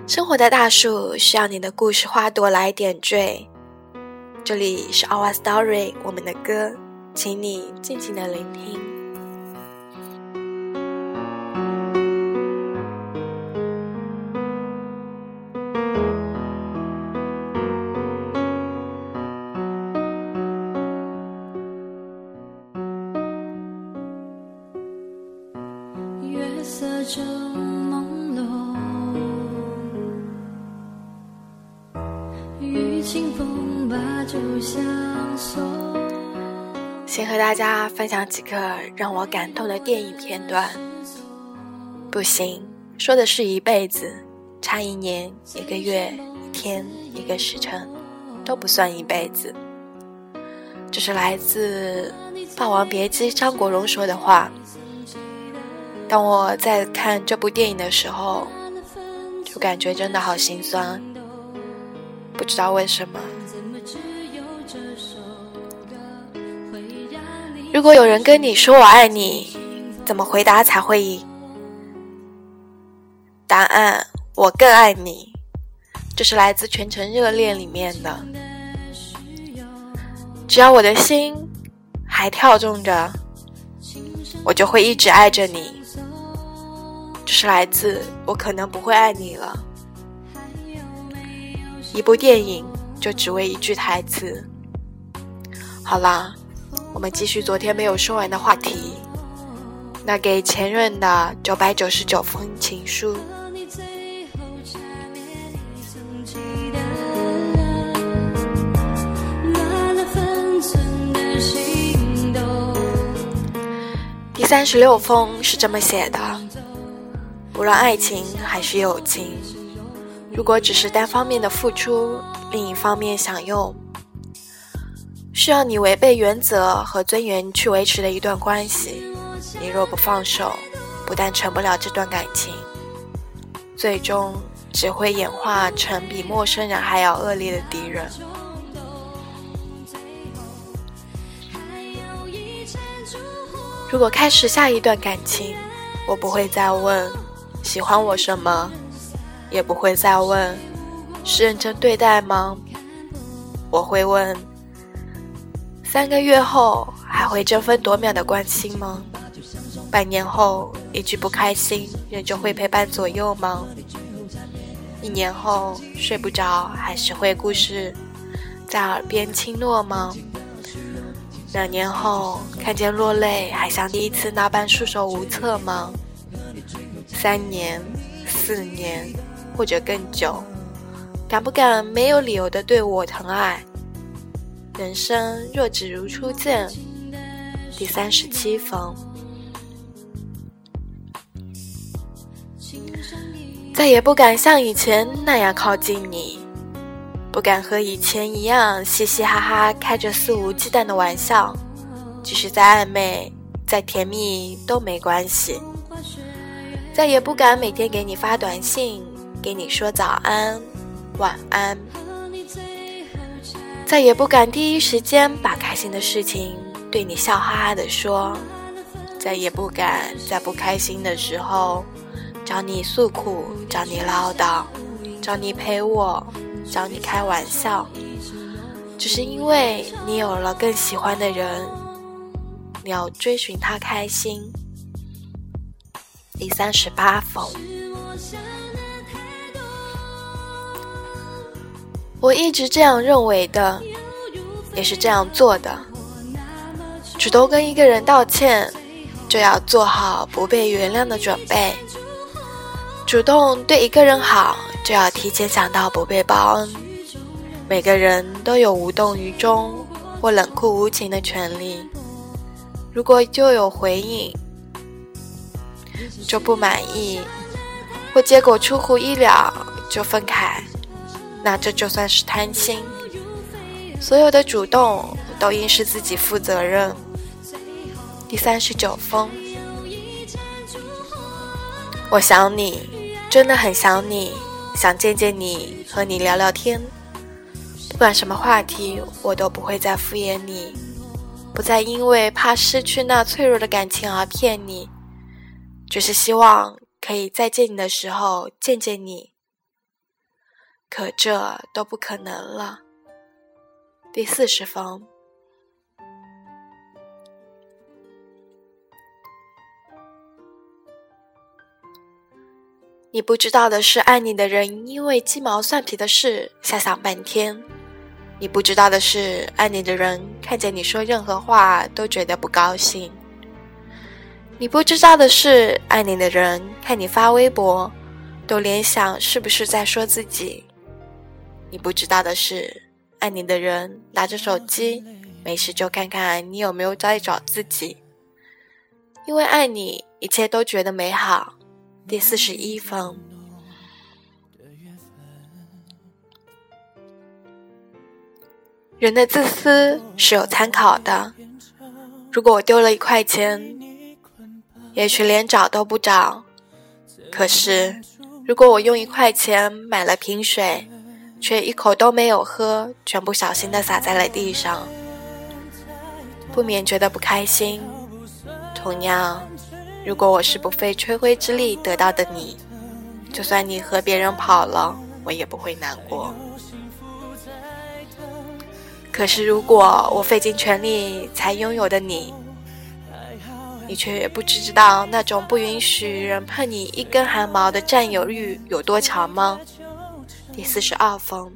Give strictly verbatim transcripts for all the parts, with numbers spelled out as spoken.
生活的大树需要你的故事花朵来点缀。这里是 Our Story， 我们的歌，请你静静的聆听。 月色正朦胧，雨清风把酒相送。 先和大家分享几个让我感动的电影片段。不行，说的是一辈子，差一年、一个月、一天、一个时辰，都不算一辈子。这是来自《霸王别姬》张国荣说的话。当我在看这部电影的时候，就感觉真的好心酸，不知道为什么。如果有人跟你说我爱你，怎么回答才会赢？答案：我更爱你。这是来自《全程热恋》里面的。只要我的心还跳动着，我就会一直爱着你。这是来自我可能不会爱你了。一部电影就只为一句台词。好啦，我们继续昨天没有说完的话题，那给前任的九百九十九封情书。第三十六封是这么写的：无论爱情还是友情，如果只是单方面的付出，另一方面享用，需要你违背原则和尊严去维持的一段关系，你若不放手，不但成不了这段感情，最终只会演化成比陌生人还要恶劣的敌人。如果开始下一段感情，我不会再问喜欢我什么，也不会再问是认真对待吗？我会问三个月后还会争分夺秒的关心吗？半年后一句不开心仍旧会陪伴左右吗？一年后睡不着还是会故事在耳边轻诺吗？两年后看见落泪还像第一次那般束手无策吗？三年、四年或者更久，敢不敢没有理由的对我疼爱？人生若只如初见。第三十七封。再也不敢像以前那样靠近你，不敢和以前一样嘻嘻哈哈开着肆无忌惮的玩笑，即使再暧昧再甜蜜都没关系。再也不敢每天给你发短信，给你说早安晚安。再也不敢第一时间把开心的事情对你笑哈哈地说。再也不敢在不开心的时候找你诉苦，找你唠叨，找你陪我，找你开玩笑，只是因为你有了更喜欢的人，你要追寻他开心。第三十八封。我一直这样认为的，也是这样做的。主动跟一个人道歉，就要做好不被原谅的准备。主动对一个人好，就要提前想到不被报恩。每个人都有无动于衷或冷酷无情的权利，如果就有回应，就不满意，或结果出乎意料就分开，那这就算是贪心。所有的主动都应是自己负责任。第三十九封。我想你，真的很想你，想见见你，和你聊聊天。不管什么话题，我都不会再敷衍你，不再因为怕失去那脆弱的感情而骗你，只是希望可以再见你的时候见见你， 可这都不可能了。第四十封，你不知道的是，爱你的人因为鸡毛蒜皮的事瞎想半天。你不知道的是，爱你的人看见你说任何话都觉得不高兴。你不知道的是，爱你的人看你发微博都联想是不是在说自己。你不知道的是，爱你的人拿着手机没事就看看你有没有在找自己。因为爱你，一切都觉得美好。第四十一封，人的自私是有参考的。如果我丢了一块钱，也许连找都不找。可是如果我用一块钱买了瓶水，却一口都没有喝，全部小心地洒在了地上，不免觉得不开心。同样，如果我是不费吹灰之力得到的你，就算你和别人跑了，我也不会难过。可是如果我费尽全力才拥有的你，你却不知道那种不允许人碰你一根汗毛的占有欲有多强吗？第四十二封，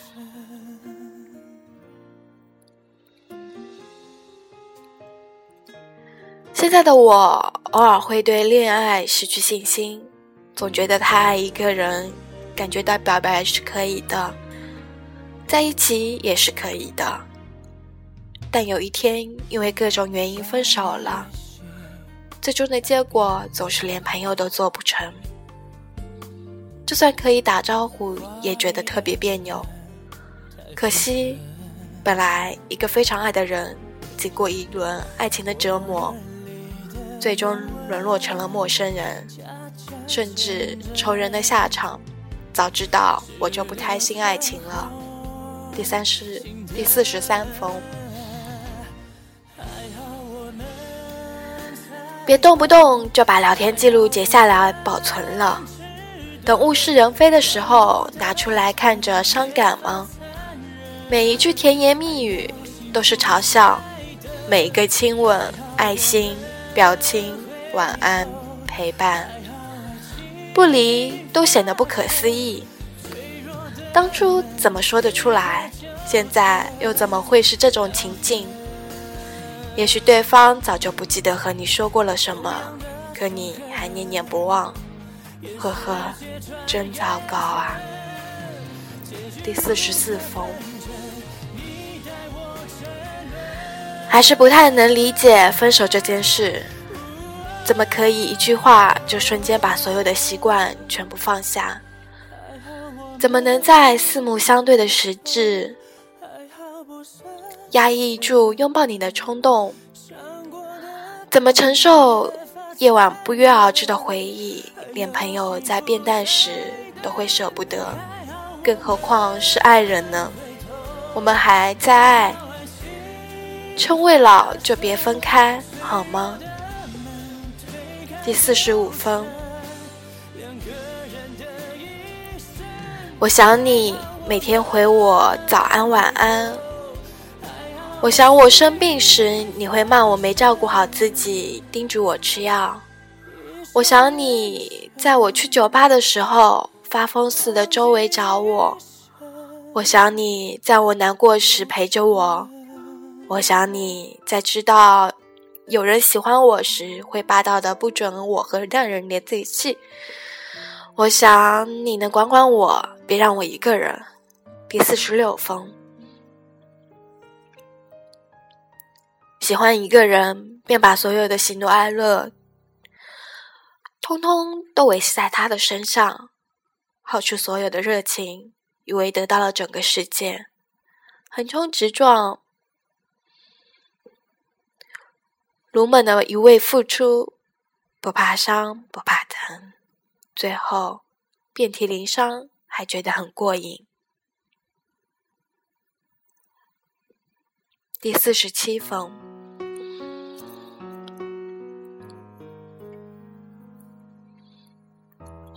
现在的我偶尔会对恋爱失去信心，总觉得太爱一个人，感觉到表白是可以的，在一起也是可以的，但有一天因为各种原因分手了，最终的结果总是连朋友都做不成。就算可以打招呼，也觉得特别别扭。可惜，本来一个非常爱的人，经过一轮爱情的折磨，最终沦落成了陌生人，甚至仇人的下场。早知道我就不太信爱情了。第三十第四十三封，别动不动就把聊天记录截下来保存了，等物是人非的时候拿出来看着伤感吗？每一句甜言蜜语都是嘲笑，每一个亲吻、爱心、表情、晚安、陪伴，不离都显得不可思议。当初怎么说得出来，现在又怎么会是这种情境？也许对方早就不记得和你说过了什么，可你还念念不忘。呵呵，真糟糕啊。第四十四封，还是不太能理解分手这件事，怎么可以一句话就瞬间把所有的习惯全部放下？怎么能在四目相对的时致压抑住拥抱你的冲动？怎么承受夜晚不约而至的回忆？连朋友在变淡时都会舍不得，更何况是爱人呢？我们还在爱，趁未老就别分开，好吗？第四十五封，我想你每天回我早安晚安，我想我生病时你会骂我没照顾好自己，叮嘱我吃药。我想你在我去酒吧的时候发疯似的周围找我，我想你在我难过时陪着我，我想你在知道有人喜欢我时会霸道的不准我和让人连在一起。我想你能管管我，别让我一个人。第四十六封，喜欢一个人便把所有的喜怒哀乐通通都维系在他的身上，耗出所有的热情，以为得到了整个世界，横冲直撞，鲁莽的一味付出，不怕伤不怕疼，最后遍体鳞伤还觉得很过瘾。第四十七封，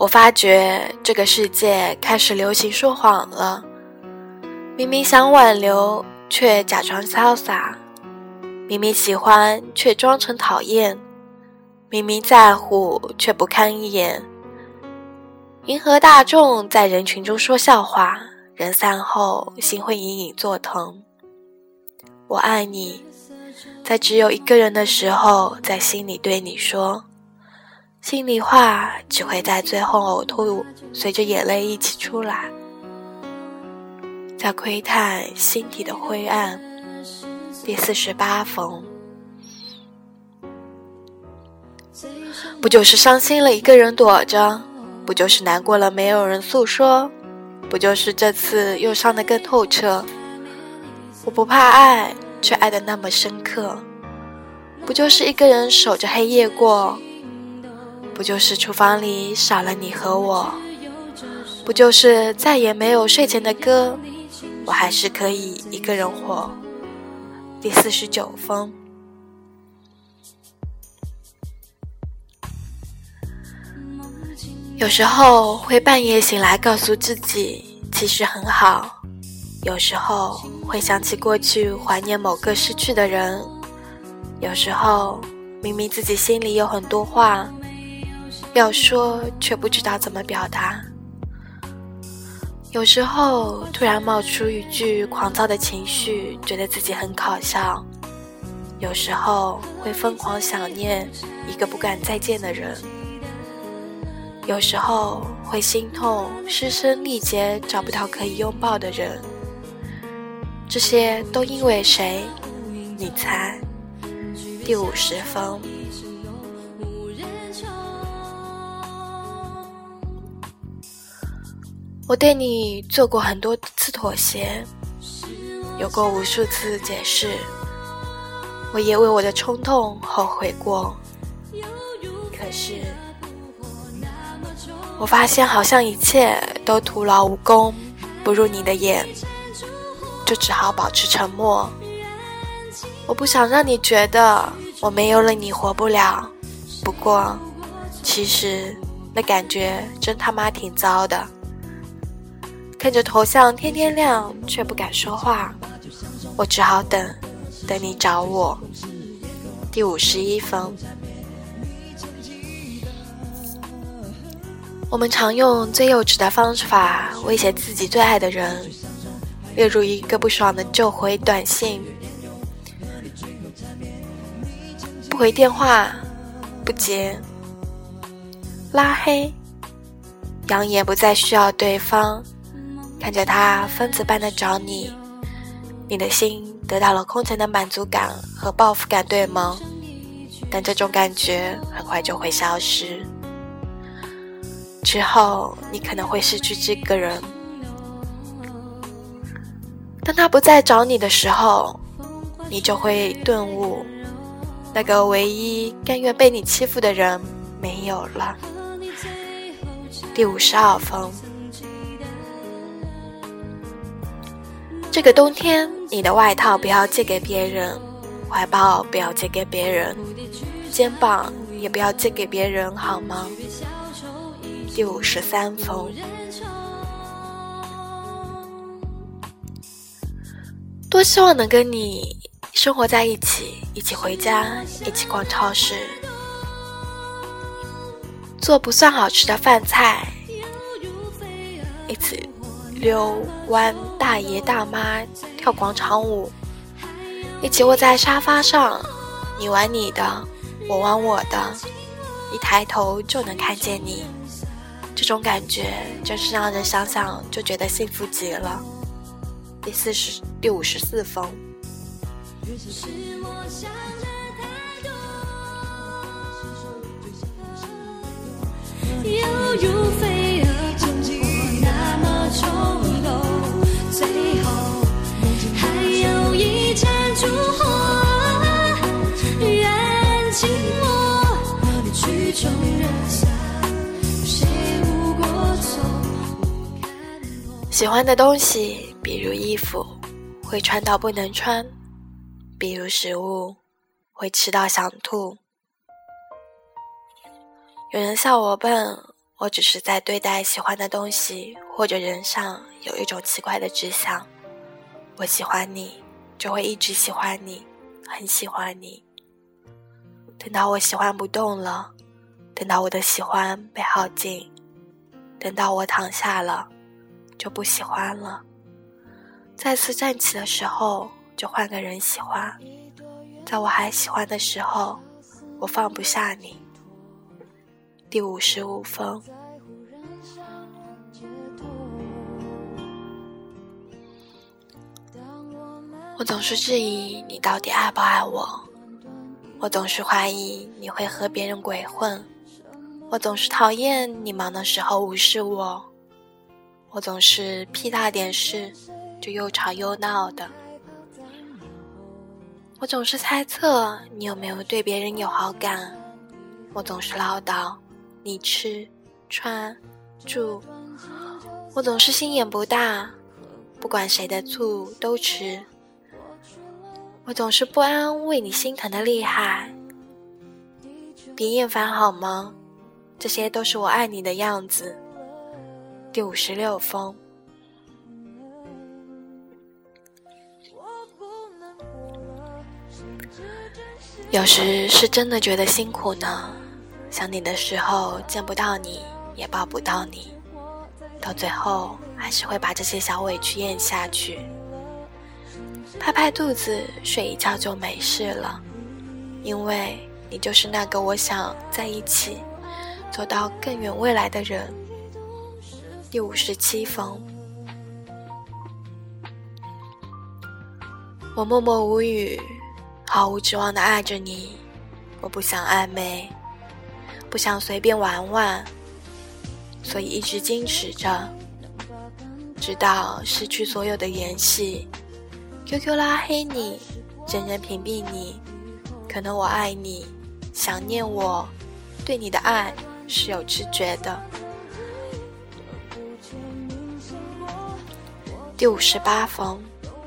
我发觉这个世界开始流行说谎了，明明想挽留却假装潇洒，明明喜欢却装成讨厌，明明在乎却不看一眼，迎合大众，在人群中说笑话，人散后心会隐隐作疼。我爱你，在只有一个人的时候在心里对你说，心里话只会在最后呕吐，随着眼泪一起出来，在窥探心底的灰暗。第四十八封。不就是伤心了一个人躲着，不就是难过了没有人诉说，不就是这次又伤得更透彻。我不怕爱，却爱得那么深刻。不就是一个人守着黑夜过，不就是厨房里少了你和我，不就是再也没有睡前的歌，我还是可以一个人活。第四十九封。有时候会半夜醒来告诉自己其实很好，有时候会想起过去怀念某个失去的人，有时候明明自己心里有很多话要说却不知道怎么表达，有时候突然冒出一句狂躁的情绪，觉得自己很搞笑，有时候会疯狂想念一个不敢再见的人，有时候会心痛失声力竭找不到可以拥抱的人，这些都因为谁？你猜？第五十封。我对你做过很多次妥协，有过无数次解释，我也为我的冲动后悔过，可是我发现好像一切都徒劳无功，不入你的眼，就只好保持沉默。我不想让你觉得我没有了你活不了，不过其实那感觉真他妈挺糟的。看着头像天天亮，却不敢说话，我只好等，等你找我。第五十一封。我们常用最幼稚的方法威胁自己最爱的人，例如一个不爽的就回短信，不回电话，不接，拉黑，扬言不再需要对方，看着他疯子般的找你，你的心得到了空前的满足感和报复感，对吗？但这种感觉很快就会消失，之后你可能会失去这个人。当他不再找你的时候，你就会顿悟，那个唯一甘愿被你欺负的人没有了。第五十二封。这个冬天，你的外套不要借给别人，怀抱不要借给别人，肩膀也不要借给别人，好吗？第五十三封。多希望能跟你生活在一起，一起回家，一起逛超市，做不算好吃的饭菜，一起溜弯大爷大妈跳广场舞，一起窝在沙发上，你玩你的，我玩我的，一抬头就能看见你，这种感觉真是让人想想就觉得幸福极了。第四十第五十四封。 犹如飞蛾扑火那么丑陋，最后还有一盏烛火燃尽我曲终人散，谁无过错。 喜欢的东西，比如衣服，会穿到不能穿，比如食物，会吃到想吐。有人笑我笨， 我只是在对待喜欢的东西或者人上有一种奇怪的志向。我喜欢你，就会一直喜欢你，很喜欢你。等到我喜欢不动了，等到我的喜欢被耗尽，等到我躺下了，就不喜欢了。再次站起的时候，就换个人喜欢。在我还喜欢的时候，我放不下你。第五十五封。我总是质疑你到底爱不爱我，我总是怀疑你会和别人鬼混，我总是讨厌你忙的时候无视我，我总是屁大点事就又吵又闹的，我总是猜测你有没有对别人有好感，我总是唠叨你吃穿住，我总是心眼不大，不管谁的醋都吃，我总是不安为你心疼的厉害。别厌烦好吗？这些都是我爱你的样子。第五十六封。有时是真的觉得辛苦呢，想你的时候见不到你，也抱不到你，到最后还是会把这些小委屈咽下去，拍拍肚子睡一觉就没事了，因为你就是那个我想在一起走到更远未来的人。第五十七封。我默默无语，毫无指望地爱着你，我不想暧昧，不想随便玩玩，所以一直矜持着，直到失去所有的联系。Q Q 拉黑你，真人屏蔽你，可能我爱你，想念我，对你的爱是有知觉的。第五十八封。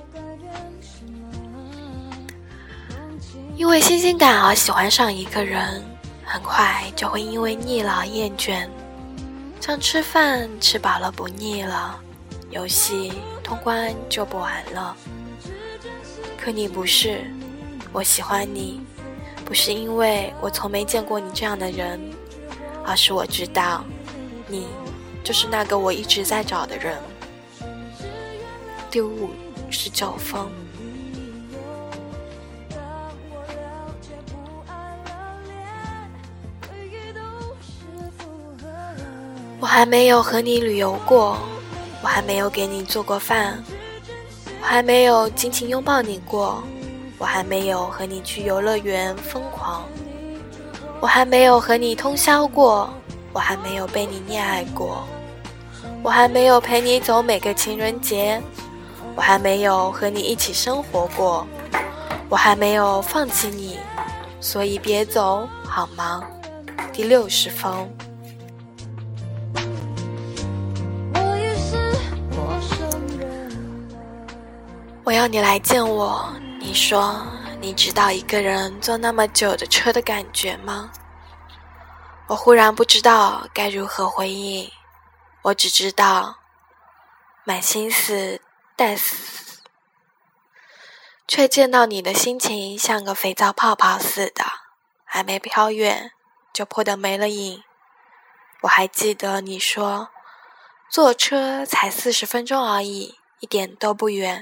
因为新鲜感而喜欢上一个人，很快就会因为腻了厌倦，像吃饭吃饱了不腻了，游戏通关就不玩了。可你不是，我喜欢你，不是因为我从没见过你这样的人，而是我知道，你就是那个我一直在找的人。第五十九封。我还没有和你旅游过，我还没有给你做过饭，我还没有紧紧拥抱你过，我还没有和你去游乐园疯狂，我还没有和你通宵过，我还没有被你溺爱过，我还没有陪你走每个情人节，我还没有和你一起生活过，我还没有放弃你，所以别走好吗？第六十封。我要你来见我，你说你知道一个人坐那么久的车的感觉吗？我忽然不知道该如何回应，我只知道满心思带死，却见到你的心情像个肥皂泡泡似的，还没飘远就破得没了影。我还记得你说坐车才四十分钟而已，一点都不远。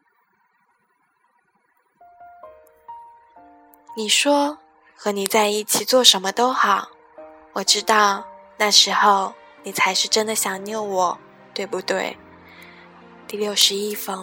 你说和你在一起做什么都好，我知道那时候你才是真的想念我，对不对？第六十一封。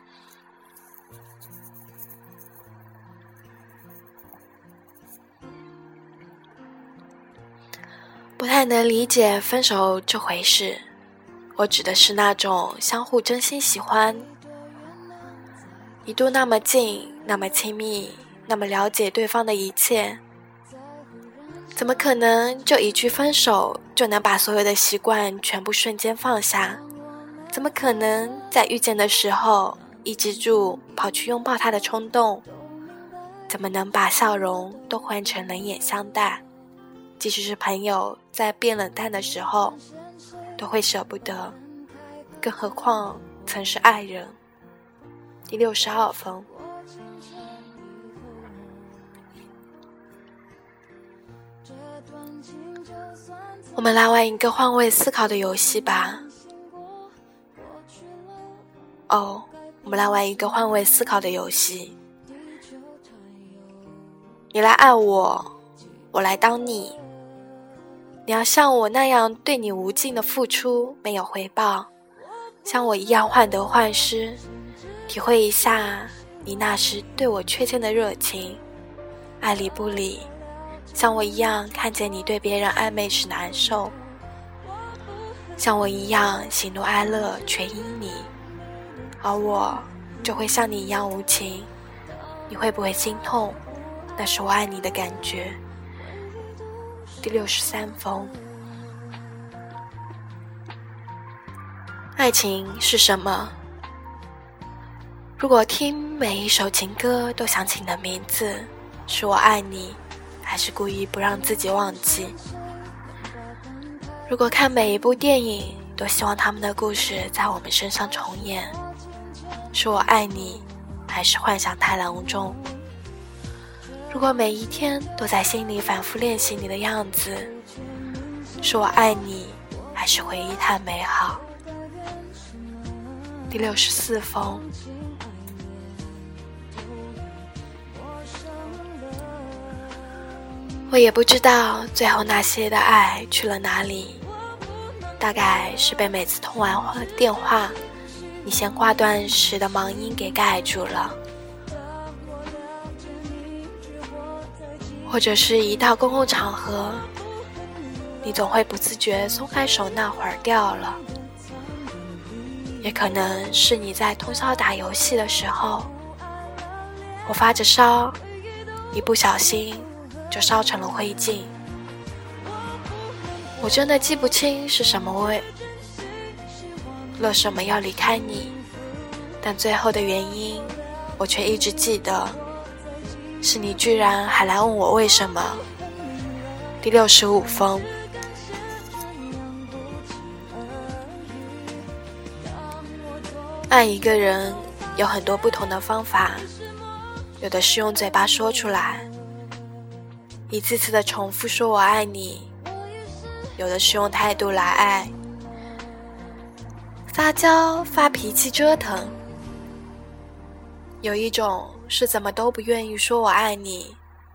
不太能理解分手这回事，我指的是那种相互真心喜欢，一度那么近，那么亲密，那么了解对方的一切，怎么可能就一句分手就能把所有的习惯全部瞬间放下？怎么可能在遇见的时候抑制住跑去拥抱他的冲动？怎么能把笑容都换成冷眼相待？ 即使是朋友在变冷淡的时候都会舍不得，更何况曾是爱人。第六十二封，我们来玩一个换位思考的游戏吧。哦，我们来玩一个换位思考的游戏。你来爱我，我来当你。你要像我那样对你无尽的付出，没有回报，像我一样患得患失，体会一下你那时对我缺欠的热情，爱理不理，像我一样看见你对别人暧昧时难受，像我一样喜怒哀乐全因你，而我就会像你一样无情。你会不会心痛？那是我爱你的感觉。第六十三封，爱情是什么？如果听每一首情歌都想起你的名字，是我爱你，还是故意不让自己忘记？如果看每一部电影都希望他们的故事在我们身上重演，是我爱你，还是幻想太隆重？如果每一天都在心里反复练习你的样子，是我爱你，还是回忆太美好？第六十四封，我也不知道最后那些的爱去了哪里，大概是被每次通完电话你先挂断时的忙音给盖住了，或者是一到公共场合，你总会不自觉松开手那会儿掉了，也可能是你在通宵打游戏的时候，我发着烧，一不小心就烧成了灰烬。我真的记不清是什么为了什么要离开你，但最后的原因我却一直记得，是你居然还来问我为什么。第六十五封，爱一个人有很多不同的方法，有的是用嘴巴说出来，一次次的重复说我爱你，有的是用态度来爱，撒娇、发脾气、折腾，有一种是怎么都不愿意说我爱你。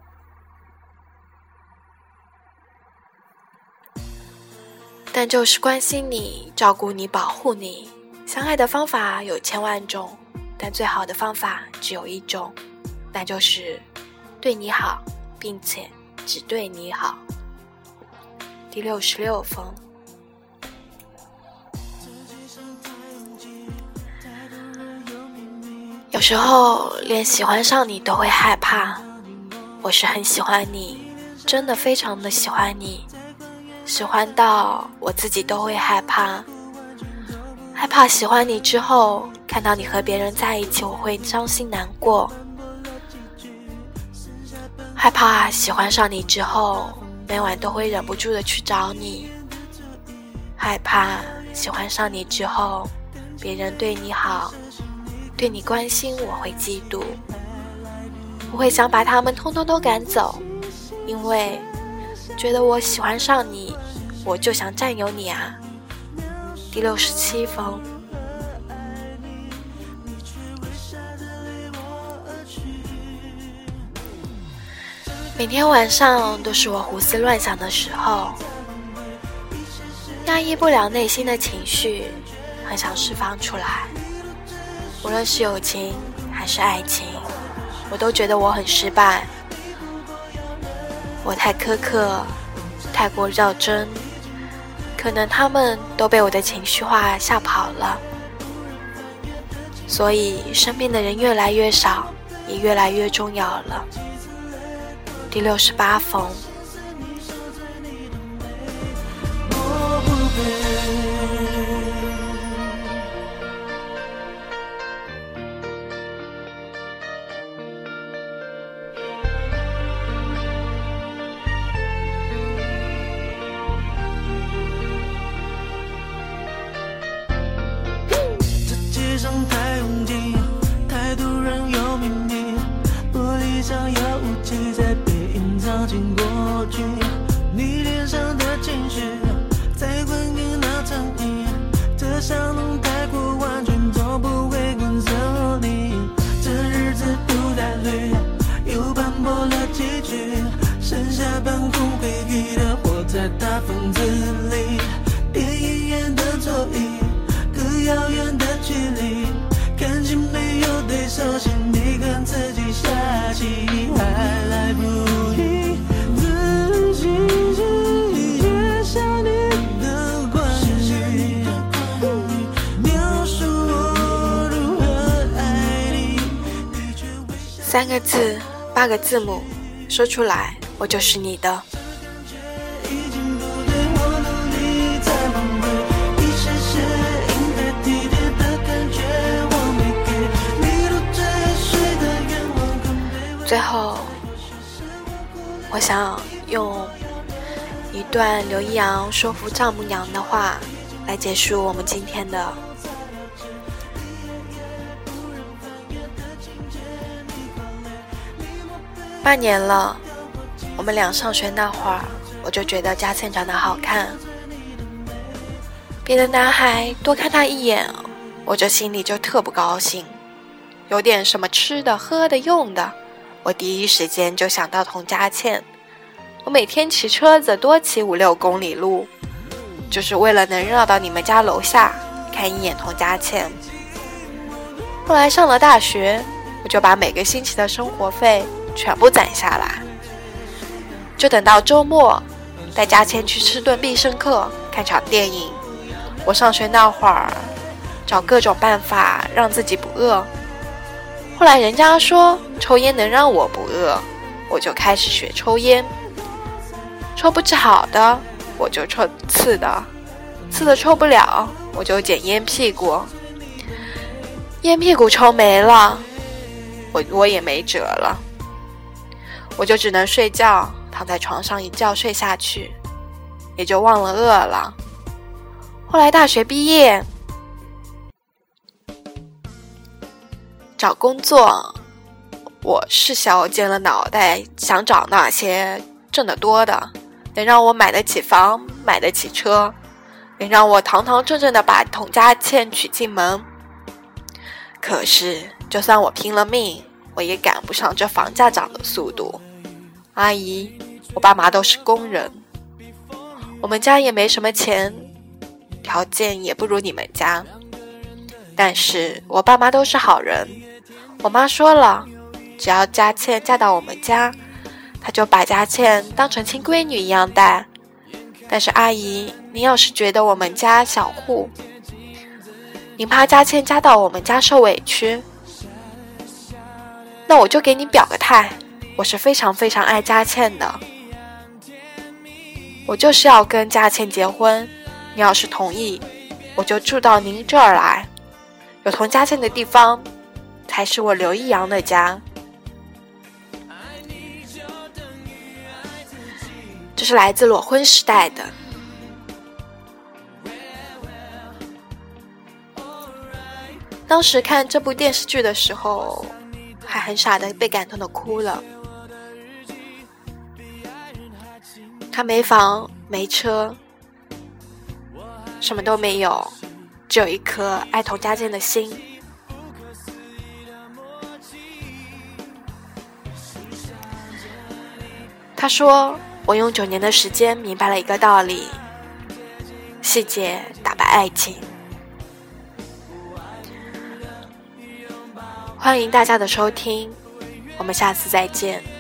但就是关心你、照顾你、保护你。相爱的方法有千万种，但最好的方法只有一种，那就是对你好，并且只对你好。第六十六封，有时候连喜欢上你都会害怕。我是很喜欢你，真的非常的喜欢你，喜欢到我自己都会害怕。害怕喜欢你之后，看到你和别人在一起，我会伤心难过。害怕喜欢上你之后，每晚都会忍不住的去找你。害怕喜欢上你之后，别人对你好，对你关心，我会嫉妒。我会想把他们通通都赶走，因为觉得我喜欢上你，我就想占有你啊。第六十七封，每天晚上都是我胡思乱想的时候，压抑不了内心的情绪，很想释放出来。无论是友情还是爱情，我都觉得我很失败。我太苛刻，太过较真，可能他们都被我的情绪化吓跑了，所以身边的人越来越少，也越来越重要了。第六十八封， 去，你脸上的情绪在混给那场意，这香浓太过完全都不会滚走你，这日子不太对，又斑驳了几句，剩下半空回忆的活在大房子里，电影院的座椅，隔遥远的距离，感情没有对手戏，你跟自己下棋还来不及，自己写下你的关于，描述我如何爱你，你却微笑。 三个字，八个字母，说出来，我就是你的。 已经不对，我努力在挽回一些些应该体贴的感觉，我没给你入赘谁的愿望更卑微。 最后，我想用一段刘一阳说服丈母娘的话来结束我们今天的。八年了，我们俩上学那会儿，我就觉得佳倩长得好看，别的男孩多看她一眼，我这心里就特不高兴。有点什么吃的喝的用的，我第一时间就想到童佳倩。我每天骑车子多骑五六公里路，就是为了能绕到你们家楼下看一眼童佳倩。后来上了大学，我就把每个星期的生活费全部攒下来，就等到周末带佳倩去吃顿必胜客，看场电影。我上学那会儿找各种办法让自己不饿，后来人家说抽烟能让我不饿，我就开始学抽烟。抽不治好的我就抽刺的，刺的抽不了我就捡烟屁股，烟屁股抽没了我我也没辙了，我就只能睡觉，躺在床上一觉睡下去，也就忘了饿了。后来大学毕业找工作，我是小尖了脑袋想找那些挣得多的，能让我买得起房买得起车，能让我堂堂正正的把童佳倩娶进门。可是就算我拼了命，我也赶不上这房价涨的速度。阿姨，我爸妈都是工人，我们家也没什么钱，条件也不如你们家，但是我爸妈都是好人。我妈说了，只要佳倩嫁到我们家，她就把佳倩当成亲闺女一样待。但是阿姨，您要是觉得我们家小户，您怕佳倩嫁到我们家受委屈，那我就给你表个态，我是非常非常爱佳倩的，我就是要跟佳倩结婚，你要是同意，我就住到您这儿来，有童佳倩的地方才是我刘一阳的家。这是来自裸婚时代的。当时看这部电视剧的时候，还很傻的被感动的哭了。他没房没车，什么都没有，只有一颗爱童佳倩的心。他说，我用九年的时间明白了一个道理，细节打败爱情。欢迎大家的收听，我们下次再见。